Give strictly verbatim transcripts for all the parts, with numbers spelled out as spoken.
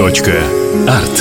Арт.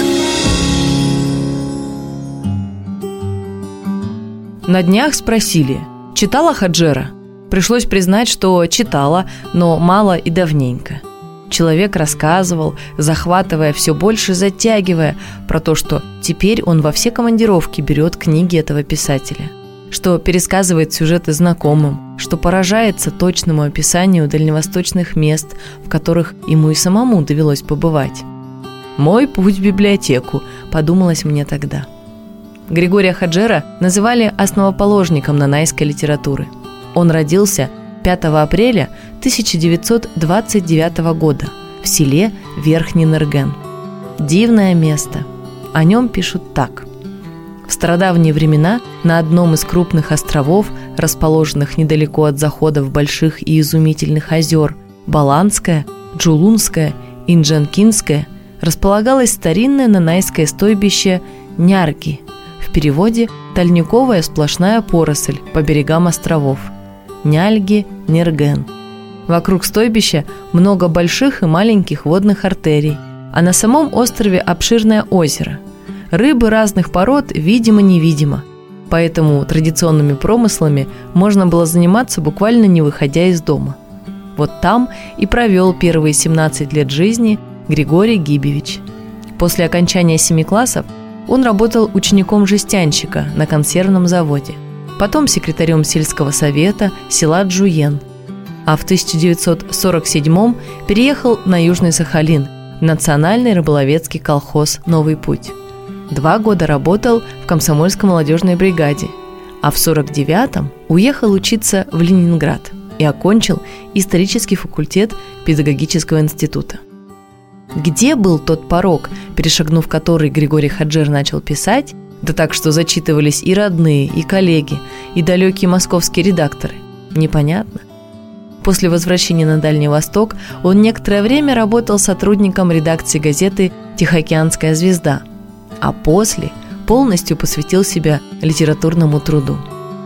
На днях спросили, читала Хаджера? Пришлось признать, что читала, но мало и давненько. Человек рассказывал, захватывая, все больше затягивая, про то, что теперь он во все командировки берет книги этого писателя, что пересказывает сюжеты знакомым, что поражается точному описанию дальневосточных мест, в которых ему и самому довелось побывать. «Мой путь в библиотеку», – подумалось мне тогда. Григория Хаджера называли основоположником нанайской литературы. Он родился пятого апреля тысяча девятьсот двадцать девятого года в селе Верхний Нырген. Дивное место. О нем пишут так. В стародавние времена на одном из крупных островов, расположенных недалеко от заходов больших и изумительных озер Баланское, Джулунское и Нджанкинское, располагалось старинное нанайское стойбище Нярги, в переводе «тальниковая сплошная поросль по берегам островов» Няльги-Нерген. Вокруг стойбища много больших и маленьких водных артерий, а на самом острове обширное озеро. Рыбы разных пород видимо-невидимо, поэтому традиционными промыслами можно было заниматься буквально не выходя из дома. Вот там и провел первые семнадцать лет жизни Григорий Гибевич. После окончания семи классов он работал учеником-жестянщика на консервном заводе, потом секретарем сельского совета села Джуен, а в тысяча девятьсот сорок седьмом переехал на Южный Сахалин в национальный рыболовецкий колхоз «Новый путь». Два года работал в комсомольской молодежной бригаде, а в сорок девятом уехал учиться в Ленинград и окончил исторический факультет педагогического института. Где был тот порог, перешагнув который Григорий Хаджер начал писать, да так, что зачитывались и родные, и коллеги, и далекие московские редакторы? Непонятно. После возвращения на Дальний Восток он некоторое время работал сотрудником редакции газеты «Тихоокеанская звезда», а после полностью посвятил себя литературному труду.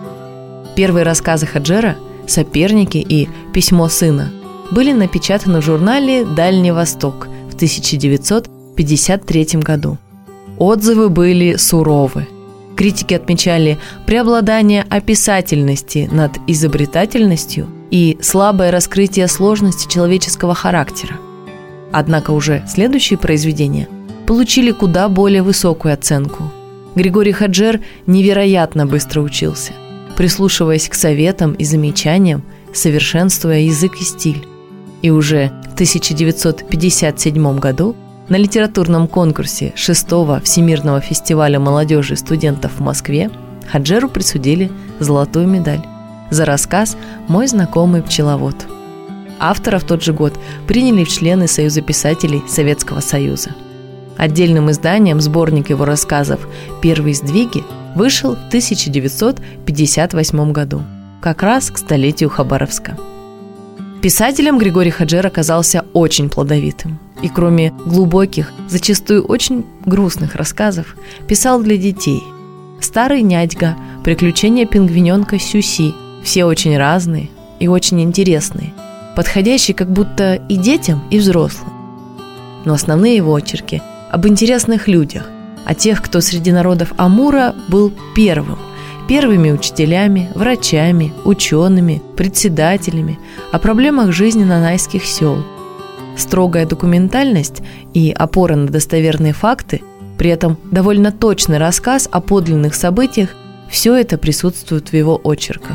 Первые рассказы Хаджера «Соперники» и «Письмо сына» были напечатаны в журнале «Дальний Восток» в тысяча девятьсот пятьдесят третьем году. Отзывы были суровы. Критики отмечали преобладание описательности над изобретательностью и слабое раскрытие сложности человеческого характера. Однако уже следующие произведения получили куда более высокую оценку. Григорий Хаджер невероятно быстро учился, прислушиваясь к советам и замечаниям, совершенствуя язык и стиль. И уже в тысяча девятьсот пятьдесят седьмом году на литературном конкурсе шестого Всемирного фестиваля молодежи и студентов в Москве Хаджеру присудили золотую медаль за рассказ «Мой знакомый пчеловод». Автора в тот же год приняли в члены Союза писателей Советского Союза. Отдельным изданием сборник его рассказов «Первые сдвиги» вышел в тысяча девятьсот пятьдесят восьмом году, как раз к столетию Хабаровска. Писателем Григорий Хаджер оказался очень плодовитым. И кроме глубоких, зачастую очень грустных рассказов, писал для детей. «Старый нядьга», «Приключения пингвиненка Сюси» – все очень разные и очень интересные, подходящие как будто и детям, и взрослым. Но основные его очерки об интересных людях, о тех, кто среди народов Амура был первым, первыми учителями, врачами, учеными, председателями, о проблемах жизни нанайских сел. Строгая документальность и опора на достоверные факты, при этом довольно точный рассказ о подлинных событиях – все это присутствует в его очерках.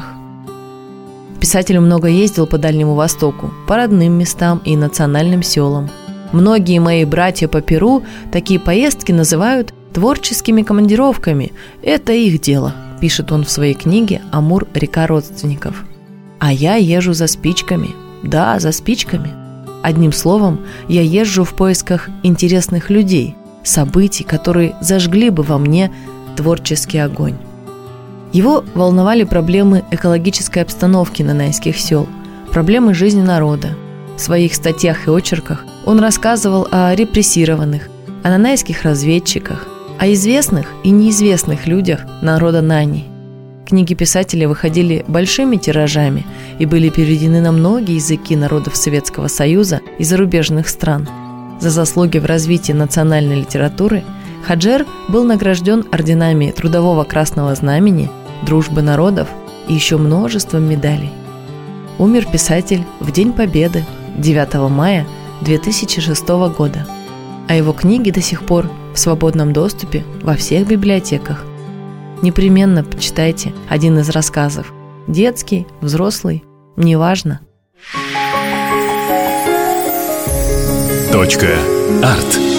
Писатель много ездил по Дальнему Востоку, по родным местам и национальным селам. Многие мои братья по перу такие поездки называют творческими командировками. Это их дело, пишет он в своей книге «Амур. Река родственников». А я езжу за спичками. Да, за спичками. Одним словом, я езжу в поисках интересных людей, событий, которые зажгли бы во мне творческий огонь. Его волновали проблемы экологической обстановки нанайских сел, проблемы жизни народа. В своих статьях и очерках он рассказывал о репрессированных, о нанайских разведчиках, о известных и неизвестных людях народа Нани. Книги писателя выходили большими тиражами и были переведены на многие языки народов Советского Союза и зарубежных стран. За заслуги в развитии национальной литературы Хаджер был награжден орденами Трудового Красного Знамени, Дружбы народов и еще множеством медалей. Умер писатель в День Победы, девятого мая две тысячи шестого года, а его книги до сих пор в свободном доступе во всех библиотеках. Непременно почитайте один из рассказов. Детский, взрослый, неважно. Точка. Арт.